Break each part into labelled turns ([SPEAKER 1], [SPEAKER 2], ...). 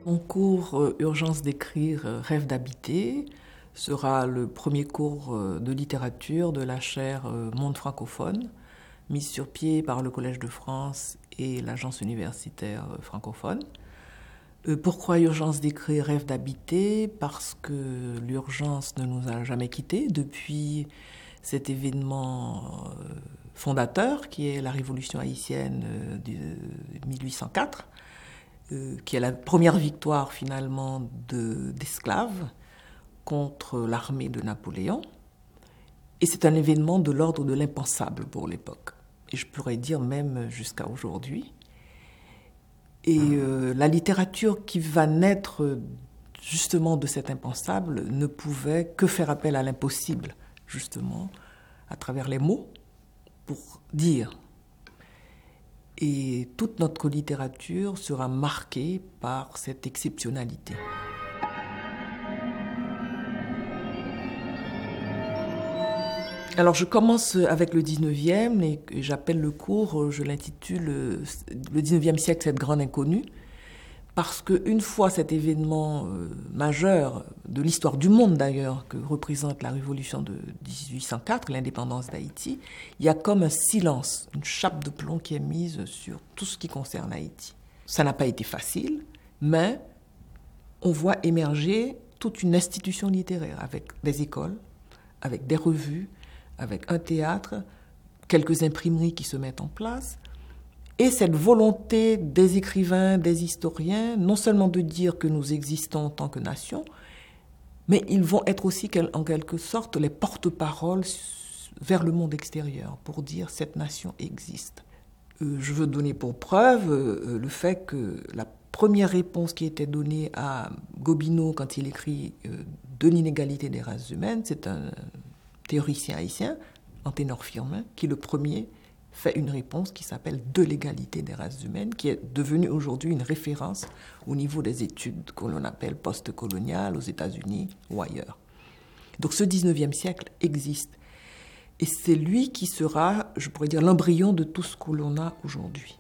[SPEAKER 1] Mon cours Urgence d'écrire, rêve d'habiter sera le premier cours de littérature de la chaire Monde francophone, mise sur pied par le Collège de France et l'Agence universitaire francophone. Pourquoi Urgence d'écrire, rêve d'habiter? Parce que l'urgence ne nous a jamais quittés depuis cet événement fondateur qui est la Révolution haïtienne de 1804. Qui est la première victoire finalement d'esclaves contre l'armée de Napoléon. Et c'est un événement de l'ordre de l'impensable pour l'époque. Et je pourrais dire même jusqu'à aujourd'hui. Et la littérature qui va naître justement de cet impensable ne pouvait que faire appel à l'impossible, justement, à travers les mots, pour dire. Et toute notre littérature sera marquée par cette exceptionnalité. Alors je commence avec le 19e et j'appelle le cours, je l'intitule « Le 19e siècle, cette grande inconnue ». Parce qu'une fois cet événement majeur de l'histoire du monde d'ailleurs, que représente la révolution de 1804, l'indépendance d'Haïti, il y a comme un silence, une chape de plomb qui est mise sur tout ce qui concerne Haïti. Ça n'a pas été facile, mais on voit émerger toute une institution littéraire avec des écoles, avec des revues, avec un théâtre, quelques imprimeries qui se mettent en place. Et cette volonté des écrivains, des historiens, non seulement de dire que nous existons en tant que nation, mais ils vont être aussi en quelque sorte les porte-paroles vers le monde extérieur pour dire cette nation existe. Je veux donner pour preuve le fait que la première réponse qui était donnée à Gobineau quand il écrit de l'inégalité des races humaines, c'est un théoricien haïtien, Anténor Firmin, qui le premier fait une réponse qui s'appelle « De l'égalité des races humaines », qui est devenue aujourd'hui une référence au niveau des études que l'on appelle post-coloniales aux États-Unis ou ailleurs. Donc ce 19e siècle existe. Et c'est lui qui sera, je pourrais dire, l'embryon de tout ce que l'on a aujourd'hui.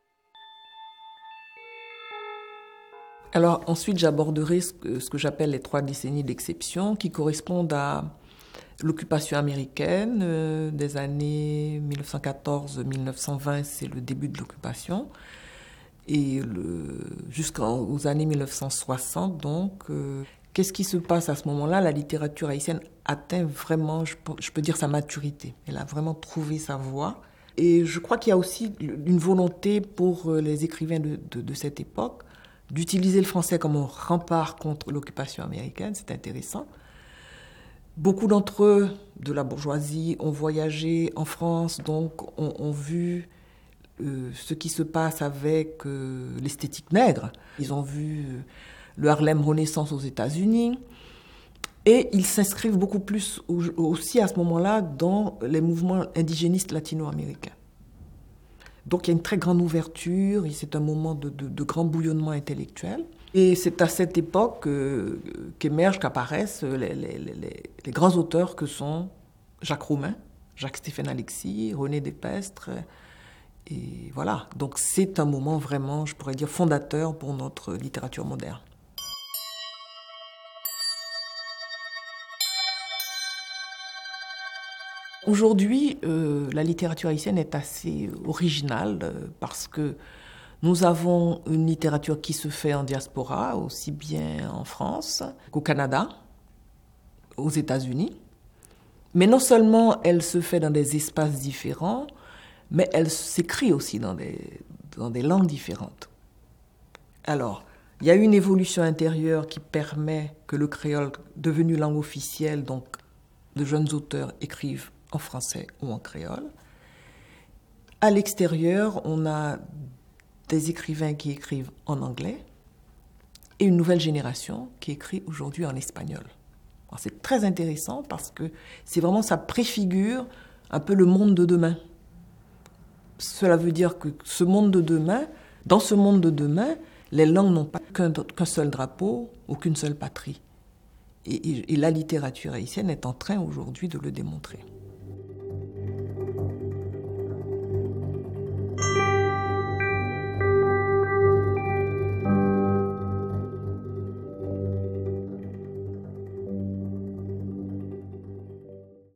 [SPEAKER 1] Alors ensuite, j'aborderai ce que j'appelle les 3 décennies d'exception qui correspondent à l'occupation américaine des années 1914-1920, c'est le début de l'occupation. Et jusqu'aux années 1960, donc, qu'est-ce qui se passe à ce moment-là? La littérature haïtienne atteint vraiment, je peux dire, sa maturité. Elle a vraiment trouvé sa voie. Et je crois qu'il y a aussi une volonté pour les écrivains de cette époque d'utiliser le français comme un rempart contre l'occupation américaine. C'est intéressant. Beaucoup d'entre eux, de la bourgeoisie, ont voyagé en France, donc ont vu ce qui se passe avec l'esthétique nègre. Ils ont vu le Harlem Renaissance aux États-Unis. Et ils s'inscrivent beaucoup plus aussi à ce moment-là dans les mouvements indigénistes latino-américains. Donc il y a une très grande ouverture, et c'est un moment de grand bouillonnement intellectuel. Et c'est à cette époque qu'apparaissent les grands auteurs que sont Jacques Romain, Jacques-Stéphane Alexis, René Despestre. Et voilà, donc c'est un moment vraiment, je pourrais dire, fondateur pour notre littérature moderne. Aujourd'hui, la littérature haïtienne est assez originale parce que nous avons une littérature qui se fait en diaspora, aussi bien en France qu'au Canada, aux États-Unis. Mais non seulement elle se fait dans des espaces différents, mais elle s'écrit aussi dans des langues différentes. Alors, il y a une évolution intérieure qui permet que le créole, devenu langue officielle, donc de jeunes auteurs écrivent en français ou en créole. À l'extérieur, on a des écrivains qui écrivent en anglais et une nouvelle génération qui écrit aujourd'hui en espagnol. Alors, c'est très intéressant parce que c'est vraiment, ça préfigure un peu le monde de demain. Cela veut dire que ce monde de demain, dans ce monde de demain, les langues n'ont pas qu'un seul drapeau ou qu'une seule patrie. Et la littérature haïtienne est en train aujourd'hui de le démontrer.